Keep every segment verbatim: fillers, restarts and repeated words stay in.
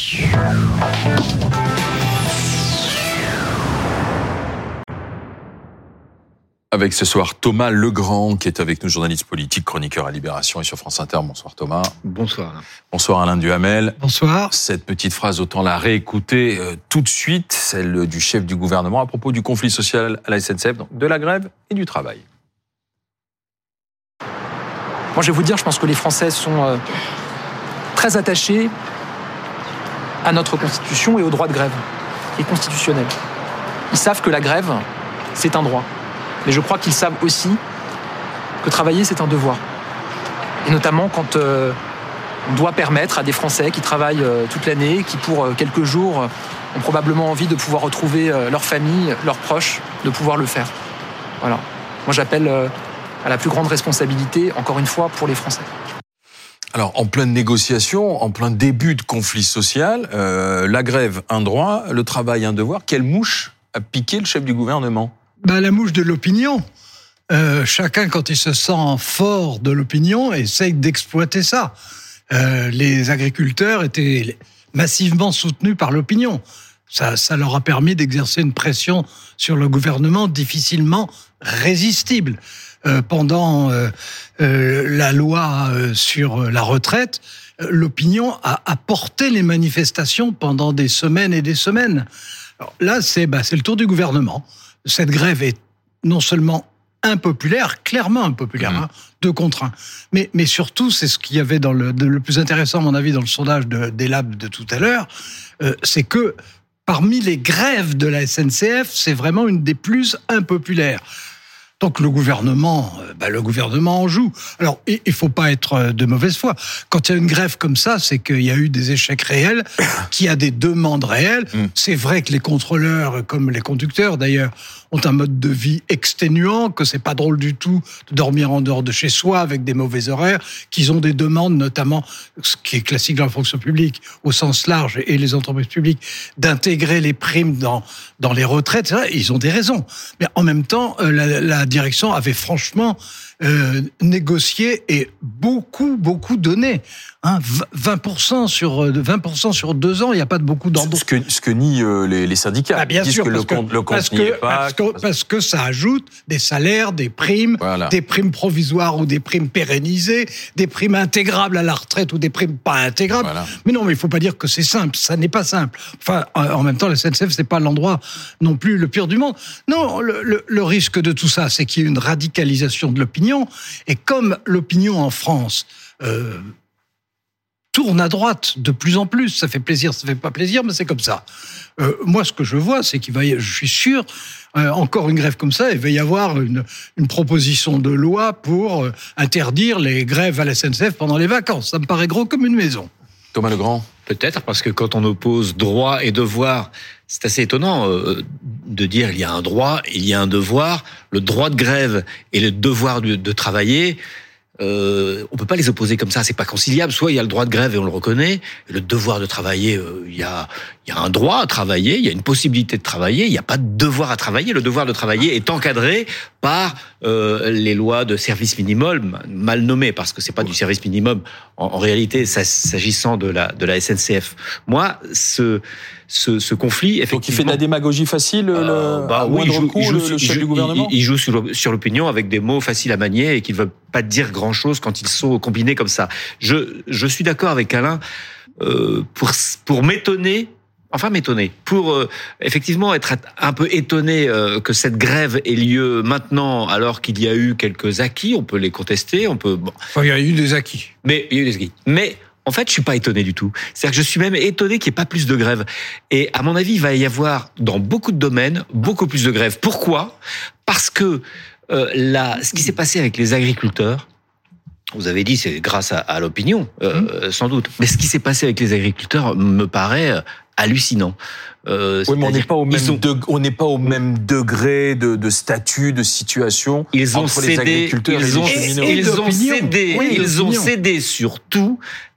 Avec ce soir Thomas Legrand qui est avec nous, journaliste politique, chroniqueur à Libération et sur France Inter. Bonsoir Thomas. Bonsoir. Bonsoir Alain Duhamel. Bonsoir. Cette petite phrase, autant la réécouter euh, tout de suite, celle du chef du gouvernement à propos du conflit social à la S N C F, donc de la grève et du travail. Moi je vais vous dire, je pense que les Français sont euh, très attachés à notre Constitution et au droit de grève, et constitutionnel. Ils savent que la grève, c'est un droit. Mais je crois qu'ils savent aussi que travailler, c'est un devoir. Et notamment quand euh, on doit permettre à des Français qui travaillent euh, toute l'année, qui pour euh, quelques jours euh, ont probablement envie de pouvoir retrouver euh, leur famille, leurs proches, de pouvoir le faire. Voilà. Moi, j'appelle euh, à la plus grande responsabilité, encore une fois, pour les Français. Alors, en pleine négociation, en plein début de conflit social, euh, la grève, un droit, le travail, un devoir. Quelle mouche a piqué le chef du gouvernement ? Ben, la mouche de l'opinion. Euh, chacun, quand il se sent fort de l'opinion, essaye d'exploiter ça. Euh, les agriculteurs étaient massivement soutenus par l'opinion. Ça, ça leur a permis d'exercer une pression sur le gouvernement difficilement résistible. Euh, pendant euh, euh, la loi euh, sur la retraite, euh, l'opinion a, a porté les manifestations pendant des semaines et des semaines. Alors là, c'est, bah, c'est le tour du gouvernement. Cette grève est non seulement impopulaire, clairement impopulaire, mmh. hein, deux contre un. Mais, mais surtout, c'est ce qu'il y avait dans le, de, le plus intéressant, à mon avis, dans le sondage de, des Labs de tout à l'heure, euh, c'est que parmi les grèves de la S N C F, c'est vraiment une des plus impopulaires. Donc le gouvernement, bah, le gouvernement en joue. Alors il, il faut pas être de mauvaise foi. Quand il y a une grève comme ça, c'est qu'il y a eu des échecs réels, qu'il y a des demandes réelles. Mmh. C'est vrai que les contrôleurs, comme les conducteurs d'ailleurs, ont un mode de vie exténuant, que c'est pas drôle du tout de dormir en dehors de chez soi avec des mauvais horaires, qu'ils ont des demandes, notamment, ce qui est classique dans la fonction publique, au sens large, et les entreprises publiques, d'intégrer les primes dans, dans les retraites. Ils ont des raisons. Mais en même temps, la, la direction avait franchement euh, négocié et beaucoup, beaucoup donné. Hein, vingt pour cent sur vingt pour cent sur deux ans, il n'y a pas de beaucoup d'ordre. Ce que, ce que nient euh, les, les syndicats. Ah, bien Ils disent sûr, que le que, compte, le compte parce n'y que, est pas. Parce que, parce que ça ajoute des salaires, des primes, voilà. Des primes provisoires ou des primes pérennisées, des primes intégrables à la retraite ou des primes pas intégrables. Voilà. Mais non, mais il ne faut pas dire que c'est simple. Ça n'est pas simple. Enfin, en même temps, la S N C F, c'est pas l'endroit non plus le pire du monde. Non, le, le, le risque de tout ça, c'est qu'il y ait une radicalisation de l'opinion. Et comme l'opinion en France euh, tourne à droite de plus en plus, ça fait plaisir, ça fait pas plaisir, mais c'est comme ça. Euh, moi, ce que je vois, c'est qu'il va y, je suis sûr, euh, encore une grève comme ça, il va y avoir une, une proposition de loi pour euh, interdire les grèves à la S N C F pendant les vacances. Ça me paraît gros comme une maison. Thomas Legrand. Peut-être, parce que quand on oppose droit et devoir, c'est assez étonnant euh, de dire il y a un droit, il y a un devoir. Le droit de grève et le devoir de, de travailler, euh, on peut pas les opposer comme ça, c'est pas conciliable. Soit il y a le droit de grève et on le reconnaît, et le devoir de travailler, euh, il y a il y a un droit à travailler, il y a une possibilité de travailler, il n'y a pas de devoir à travailler. Le devoir de travailler est encadré par euh, les lois de service minimum, mal nommées, parce que c'est pas du service minimum en, en réalité, ça, s'agissant de la de la S N C F. Moi, ce ce, ce conflit, effectivement, donc il fait de la démagogie facile, euh, le, bah oui, il joue, coup, il joue, le, le chef il, du gouvernement. Il, il joue sur, sur l'opinion avec des mots faciles à manier et qui ne veulent pas dire grand chose quand ils sont combinés comme ça. Je je suis d'accord avec Alain euh, pour pour m'étonner. Enfin, m'étonner. Pour euh, effectivement être un peu étonné euh, que cette grève ait lieu maintenant, alors qu'il y a eu quelques acquis, on peut les contester, on peut. Bon. Enfin, il y a eu des acquis. Mais il y a eu des acquis. Mais en fait, je suis pas étonné du tout. C'est-à-dire que je suis même étonné qu'il n'y ait pas plus de grèves. Et à mon avis, il va y avoir dans beaucoup de domaines beaucoup plus de grèves. Pourquoi ? Parce que euh, là, ce qui s'est passé avec les agriculteurs. Vous avez dit c'est grâce à, à l'opinion, euh, mmh. sans doute. Mais ce qui s'est passé avec les agriculteurs me paraît hallucinant. Euh, oui, mais on n'est pas au même sont... de... on n'est pas au même degré de, de statut, de situation. Ils ont entre cédé, les agriculteurs ils et ont, les cheminots. Ils ont cédé, oui, ils ont cédé surtout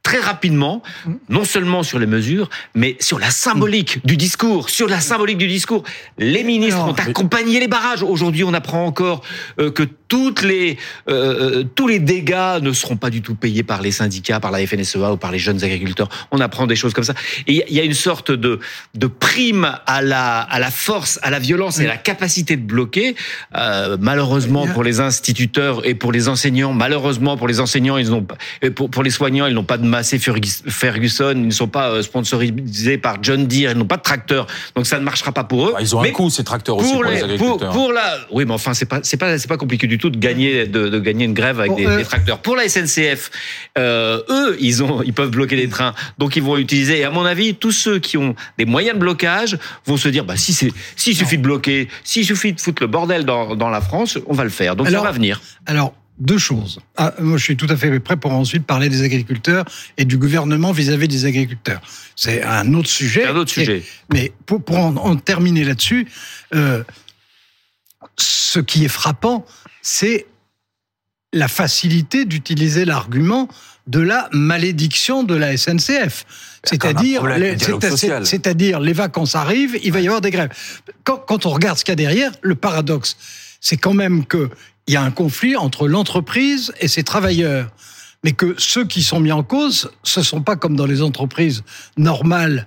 très rapidement, non seulement sur les mesures, mais sur la symbolique du discours, sur la symbolique du discours. Les ministres Alors, ont accompagné les barrages. Aujourd'hui, on apprend encore euh, que toutes les, euh, tous les dégâts ne seront pas du tout payés par les syndicats, par la F N S E A ou par les jeunes agriculteurs. On apprend des choses comme ça. Et il y a une sorte de, de prime à la, à la force, à la violence et à la capacité de bloquer. Euh, malheureusement pour les instituteurs et pour les enseignants, malheureusement pour les enseignants, ils n'ont pas, pour, pour les soignants, ils n'ont pas de Massey Ferguson, ils ne sont pas sponsorisés par John Deere, ils n'ont pas de tracteurs, donc ça ne marchera pas pour eux. Ils ont un mais coût, ces tracteurs aussi pour les, les agriculteurs. Pour, pour la, oui, mais enfin c'est pas c'est pas c'est pas compliqué du tout de gagner de, de gagner une grève avec bon, des, euh... des tracteurs. Pour la S N C F, euh, eux, ils ont ils peuvent bloquer les trains, donc ils vont utiliser. Et à mon avis, tous ceux qui ont des moyens de blocage vont se dire bah si c'est s'il suffit de bloquer, s'il suffit de foutre le bordel dans dans la France, on va le faire. Donc alors, ça va venir. Alors. Deux choses. Ah, moi, je suis tout à fait prêt pour ensuite parler des agriculteurs et du gouvernement vis-à-vis des agriculteurs. C'est un autre sujet. Un autre sujet. Mais pour, pour en, en terminer là-dessus, euh, ce qui est frappant, c'est la facilité d'utiliser l'argument de la malédiction de la S N C F. C'est-à-dire, les, c'est, c'est-à-dire, les vacances arrivent, il va y avoir des grèves. Quand, quand on regarde ce qu'il y a derrière, le paradoxe, c'est quand même que il y a un conflit entre l'entreprise et ses travailleurs. Mais que ceux qui sont mis en cause, ce ne sont pas comme dans les entreprises normales,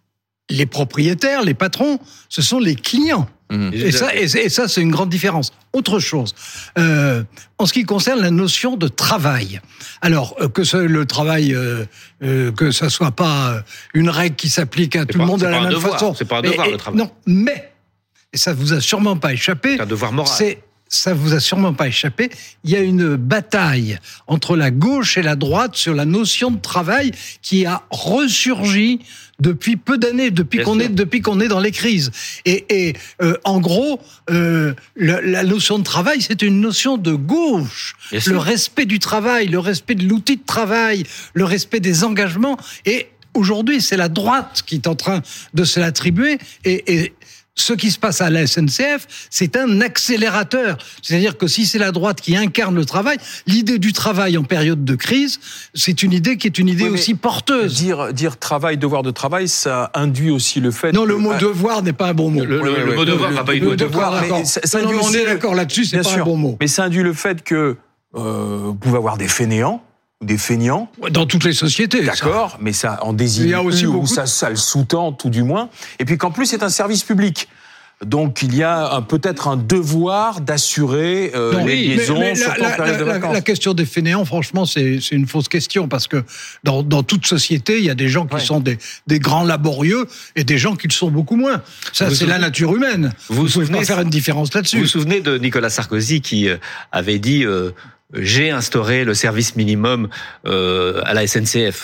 les propriétaires, les patrons, ce sont les clients. Mmh. Et, ça, et, et ça, c'est une grande différence. Autre chose, euh, en ce qui concerne la notion de travail. Alors, euh, que ce, le travail, euh, euh, que ça soit pas une règle qui s'applique à c'est tout pas, le monde de la même devoir, façon. C'est pas un devoir, mais, le travail. Non, mais, et ça vous a sûrement pas échappé. C'est un devoir moral. C'est, ça vous a sûrement pas échappé, il y a une bataille entre la gauche et la droite sur la notion de travail qui a ressurgi depuis peu d'années, depuis Bien qu'on sûr. est depuis qu'on est dans les crises. Et, et euh, en gros, euh, la, la notion de travail, c'est une notion de gauche. Bien le sûr. respect du travail, le respect de l'outil de travail, le respect des engagements. Et aujourd'hui, c'est la droite qui est en train de se l'attribuer. Et, et ce qui se passe à la S N C F, c'est un accélérateur. C'est-à-dire que si c'est la droite qui incarne le travail, l'idée du travail en période de crise, c'est une idée qui est une idée oui, aussi porteuse. Dire, dire travail, devoir de travail, ça induit aussi le fait... Non, le que... mot devoir n'est pas un bon mot. Le, le, le, le mot devoir n'a pas eu de devoir. devoir ça, ça non, non, on est d'accord là-dessus, c'est pas sûr, un bon mot. Mais ça induit le fait que euh, vous pouvez avoir des fainéants, des feignants. Dans toutes les sociétés. D'accord, ça. mais ça en désigne il y a aussi ou beaucoup ça, ça le sous-tend, tout du moins. Et puis qu'en plus, c'est un service public. Donc il y a un, peut-être un devoir d'assurer euh, non, les oui, liaisons, mais, mais surtout la, en période la, de vacances. La, la question des fainéants, franchement, c'est, c'est une fausse question, parce que dans, dans toute société, il y a des gens qui ouais. sont des, des grands laborieux et des gens qui le sont beaucoup moins. Ça, vous c'est souvenez, la nature humaine. Vous ne pouvez pas faire une différence là-dessus. Vous vous souvenez de Nicolas Sarkozy qui avait dit euh, « J'ai instauré le service minimum euh, à la S N C F ».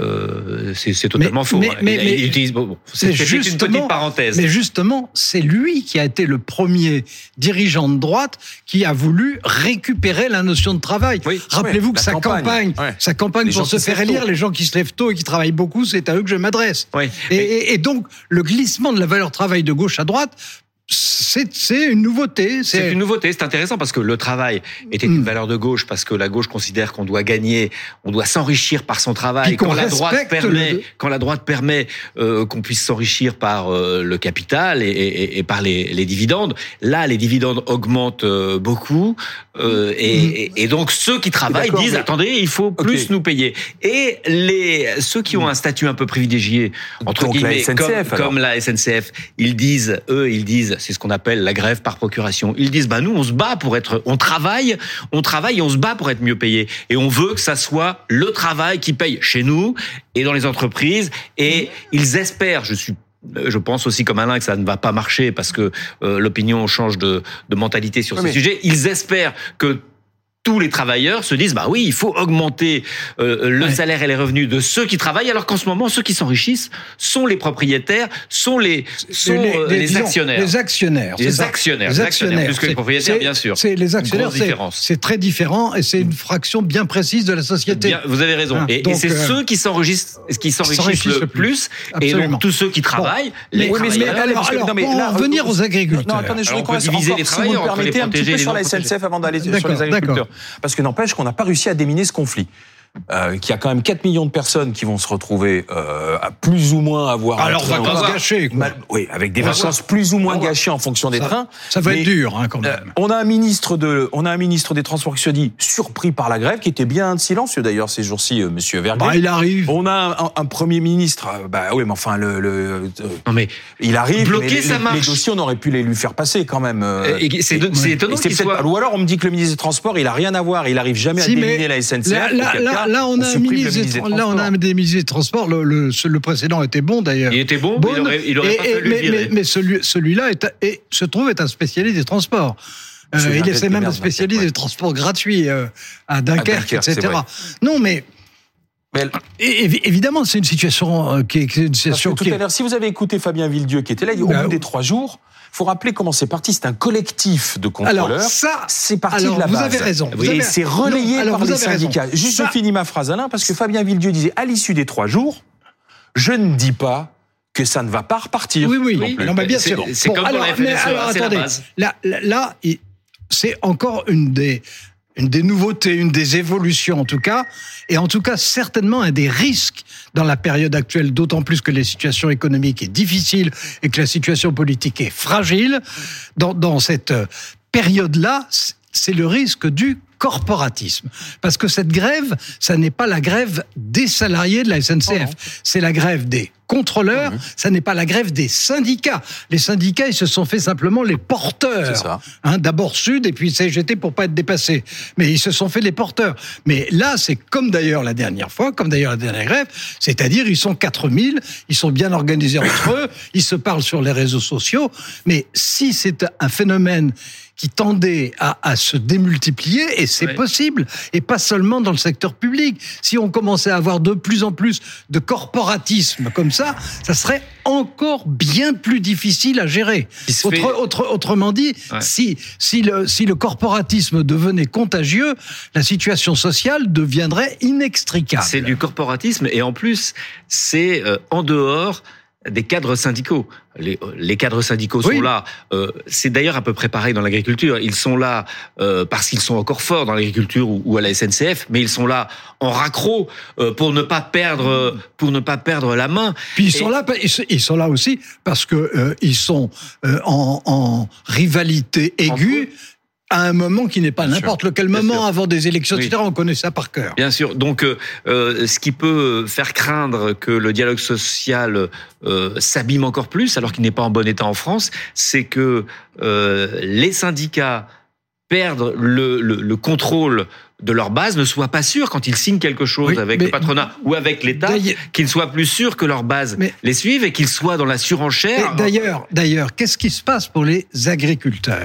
Euh, c'est, c'est totalement mais, faux. Mais, hein. mais, il, mais, il utilise, bon, c'est une petite parenthèse. Mais justement, c'est lui qui a été le premier dirigeant de droite qui a voulu récupérer la notion de travail. Oui, Rappelez-vous oui, que sa campagne, campagne, ouais. sa campagne pour se faire élire, les gens qui se lèvent tôt et qui travaillent beaucoup, c'est à eux que je m'adresse. Oui, et, et, et donc, le glissement de la valeur travail de gauche à droite, C'est, c'est une nouveauté. C'est... c'est une nouveauté, c'est intéressant parce que le travail était une valeur de gauche, parce que la gauche considère qu'on doit gagner, on doit s'enrichir par son travail. Quand la, droite permet, le... quand la droite permet euh, qu'on puisse s'enrichir par euh, le capital et, et, et par les, les dividendes, là les dividendes augmentent euh, beaucoup euh, et, mmh. et, et donc ceux qui travaillent disent mais... attendez, il faut plus okay. nous payer. Et les ceux qui ont un statut un peu privilégié entre donc guillemets la comme, comme la S N C F, ils disent eux ils disent c'est ce qu'on appelle la grève par procuration. Ils disent, bah nous, on se bat pour être, on travaille, on travaille et on se bat pour être mieux payé. Et on veut que ça soit le travail qui paye chez nous et dans les entreprises. Et ils espèrent, je suis je pense aussi comme Alain que ça ne va pas marcher parce que euh, l'opinion change de, de mentalité sur oui, ces mais... sujets. Ils espèrent que tous les travailleurs se disent bah oui, il faut augmenter euh, le ouais. salaire et les revenus de ceux qui travaillent, alors qu'en ce moment ceux qui s'enrichissent sont les propriétaires, sont les sont les, les, les, les actionnaires. Les actionnaires, les c'est actionnaires, les actionnaires, plus que les propriétaires, c'est, bien sûr. C'est les actionnaires, c'est, c'est très différent et c'est une fraction bien précise de la société. Bien, vous avez raison. Hein, et, donc, et c'est euh, ceux qui s'enrichissent, qui s'enrichissent, s'enrichissent le, le plus, plus. Et donc tous ceux qui travaillent, bon, les oui, travailleurs. Mais, alors, alors, pour en revenir aux agriculteurs. Non, attendez, je voudrais diviser les travailleurs, si vous me permettez un petit peu sur la S N C F avant d'aller sur les agriculteurs, parce que n'empêche qu'on n'a pas réussi à déminer ce conflit. euh, qu'il y a quand même quatre millions de personnes qui vont se retrouver euh, à plus ou moins avoir Alors, un train vacances en- gâchées, quoi. Mal- oui, avec des On va vacances voir. plus ou moins On va voir. gâchées en fonction des Ça- trains. Ça va Mais, être dur, hein, quand euh, même. on a un ministre de, on a un ministre des Transports qui se dit surpris par la grève, qui était bien silencieux d'ailleurs ces jours-ci, euh, Monsieur Vergret. Bah, il arrive. On a un, un- un premier ministre, euh, bah oui, mais enfin le, le euh, Non mais il arrive. Bloquer, mais les, ça les- marche. Les dossiers, on aurait pu les lui faire passer quand même. euh, et c'est et- c'est et étonnant c'est qu'il peut-être soit. pas- Ou alors on me dit que le ministre des Transports, il a rien à voir, il arrive jamais Si, à mais déminer la S N C F. Là, là, auquel là, cas, là, on a un supprime le ministre, ministre des- des là, on a un Transports. des ministres des Transports. Le, le, ce- le précédent était bon d'ailleurs. Il était bon, mais il aurait, il aurait Et- pas et- fallu mais, le virer. mais, mais celui, celui-là est, et se trouve être un spécialiste des transports. Euh, Monsieur il Vergret, essaie même merde, un spécialiste ouais. des transports gratuits euh, à Dunkerque, Dunkerque, c'est et cetera. vrai. Non, mais Mais elle- et- évi- évidemment, c'est une situation euh, qui est, qui est une Parce que situation tout qui à est. l'heure, si vous avez écouté Fabien Villedieu qui était là, il dit, au Bah, bout des trois jours, faut rappeler comment c'est parti. C'est un collectif de contrôleurs. Alors ça, c'est parti alors, de la vous base. avez raison. Vous Et avez- c'est relayé Non, alors, par vous les avez raison. syndicats. Juste, Ça- je finis ma phrase, Alain, parce que Fabien Villedieu disait, à l'issue des trois jours, je ne dis pas que ça ne va pas repartir. Oui, oui, non plus. non, mais bien C'est- sûr. c'est comme pour la F N S E A, alors, c'est la attendez. base. Là, là, là, il- c'est encore une des, une des nouveautés, une des évolutions en tout cas, et en tout cas certainement un des risques dans la période actuelle, d'autant plus que la situation économique est difficile et que la situation politique est fragile. Dans, dans cette période-là, c'est le risque du corporatisme. Parce que cette grève, ça n'est pas la grève des salariés de la S N C F, c'est la grève des contrôleurs, mmh. ça n'est pas la grève des syndicats. Les syndicats, ils se sont fait simplement les porteurs. C'est ça. Hein, d'abord Sud et puis C G T pour pas être dépassés. Mais ils se sont fait les porteurs. Mais là, c'est comme d'ailleurs la dernière fois, comme d'ailleurs la dernière grève, c'est-à-dire ils sont quatre mille, ils sont bien organisés entre eux, ils se parlent sur les réseaux sociaux. Mais si c'est un phénomène qui tendait à, à se démultiplier, et c'est ouais. possible, et pas seulement dans le secteur public. Si on commençait à avoir de plus en plus de corporatisme comme ça, ça serait encore bien plus difficile à gérer. Autre, fait... autre, autrement dit, ouais. si, si, le, si le corporatisme devenait contagieux, la situation sociale deviendrait inextricable. C'est du corporatisme, et en plus, c'est euh, en dehors des cadres syndicaux. Les, les cadres syndicaux sont oui. là. Euh, c'est d'ailleurs à peu près pareil dans l'agriculture. Ils sont là euh, parce qu'ils sont encore forts dans l'agriculture ou, ou à la S N C F, mais ils sont là en raccro euh, pour ne pas perdre, pour ne pas perdre la main. Puis ils Et... sont là, ils sont là aussi parce que euh, ils sont euh, en, en rivalité aiguë. À un moment qui n'est pas bien n'importe sûr, lequel moment avant des élections, oui. et cetera. On connaît ça par cœur. Bien sûr. Donc, euh, ce qui peut faire craindre que le dialogue social euh, s'abîme encore plus, alors qu'il n'est pas en bon état en France, c'est que euh, les syndicats perdent le, le, le contrôle de leur base, ne soient pas sûrs quand ils signent quelque chose oui, avec le patronat ou avec l'État, qu'ils soient plus sûrs que leur base mais, les suive et qu'ils soient dans la surenchère. D'ailleurs, d'ailleurs, qu'est-ce qui se passe pour les agriculteurs ?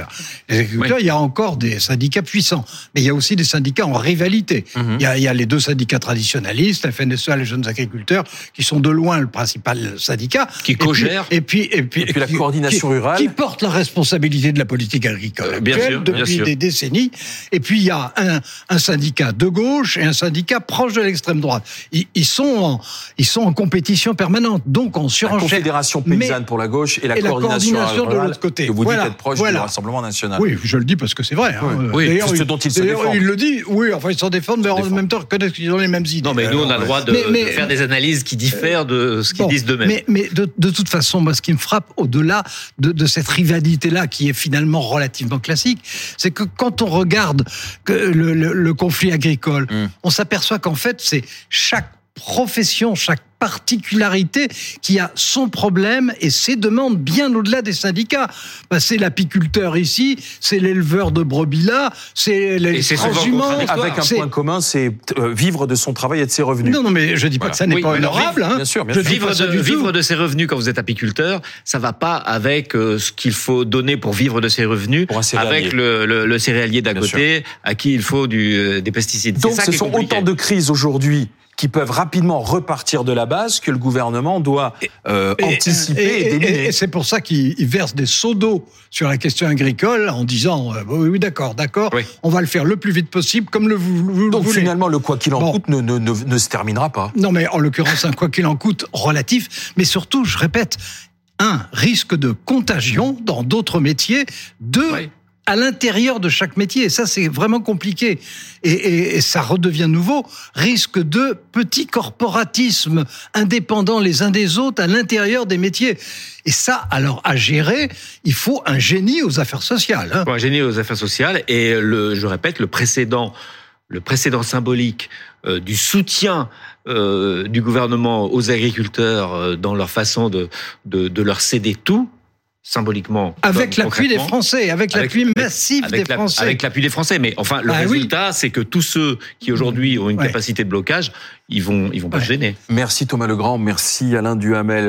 Les agriculteurs, oui. il y a encore des syndicats puissants, mais il y a aussi des syndicats en rivalité. Mm-hmm. Il, y a, il y a les deux syndicats traditionnalistes, la F N S E A, les jeunes agriculteurs, qui sont de loin le principal syndicat. Qui co-gèrent. Et puis, et puis, et puis, et puis la qui, coordination qui, rurale. Qui porte la responsabilité de la politique agricole euh, bien actuelle sûr, depuis bien sûr. des décennies. Et puis, il y a un, un syndicat de gauche et un syndicat proche de l'extrême droite. Ils, ils, sont, en, ils sont en compétition permanente, donc en surenchère. La Confédération paysanne mais, pour la gauche et la, et coordination, la coordination de l'autre côté. Que vous voilà, dites être proche voilà. du Rassemblement national. Oui, je le dis parce que c'est vrai. Hein. Oui, d'ailleurs, c'est ce il, dont ils se défendent. Il le dit, oui, enfin ils s'en défendent, mais en défendent. même temps reconnaissent qu'ils ont les mêmes idées. Non, mais nous, on a le droit de, mais, mais, de faire des analyses qui diffèrent de ce qu'ils bon, disent d'eux-mêmes. Mais, mais de, de toute façon, moi, ce qui me frappe au-delà de, de cette rivalité-là, qui est finalement relativement classique, c'est que quand on regarde que le, le, le conflit agricole, mm. on s'aperçoit qu'en fait, c'est chaque profession, chaque particularité qui a son problème et ses demandes bien au-delà des syndicats. Ben, c'est l'apiculteur ici, c'est l'éleveur de brebis là, c'est les transhumants. Avec un point commun, c'est vivre de son travail et de ses revenus. Non, non, mais je dis pas voilà. que ça n'est oui, pas honorable. Hein. Bien sûr, bien je sûr. Vivre, de, vivre de ses revenus quand vous êtes apiculteur, ça va pas avec euh, ce qu'il faut donner pour vivre de ses revenus, avec le, le, le céréalier d'à côté, sûr. à qui il faut du, euh, des pesticides. Donc, ça ce sont compliqué. autant de crises aujourd'hui qui peuvent rapidement repartir de la base que le gouvernement doit euh, et, anticiper et, et, et déminer. Et, et c'est pour ça qu'il verse des seaux d'eau sur la question agricole en disant euh, oui, oui d'accord, d'accord, oui. on va le faire le plus vite possible comme le vous, vous Donc le voulez. Finalement, le quoi qu'il en bon. coûte ne, ne, ne, ne se terminera pas. Non, mais en l'occurrence, un quoi qu'il en coûte relatif, mais surtout, je répète, un risque de contagion dans d'autres métiers, deux. Oui. à l'intérieur de chaque métier. Et ça, c'est vraiment compliqué. Et, et, et ça redevient nouveau. Risque de petit corporatisme indépendant les uns des autres à l'intérieur des métiers. Et ça, alors, à gérer, il faut un génie aux affaires sociales. Hein. Un génie aux affaires sociales. Et le, je répète, le précédent, le précédent symbolique euh, du soutien euh, du gouvernement aux agriculteurs euh, dans leur façon de, de, de leur céder tout, symboliquement. Avec l'appui des Français, avec, avec l'appui massif avec des la, Français. Avec l'appui des Français. Mais enfin, le ah, résultat, oui. c'est que tous ceux qui aujourd'hui ont une ouais. capacité de blocage, ils vont, ils vont pas ouais. se gêner. Merci Thomas Legrand, merci Alain Duhamel.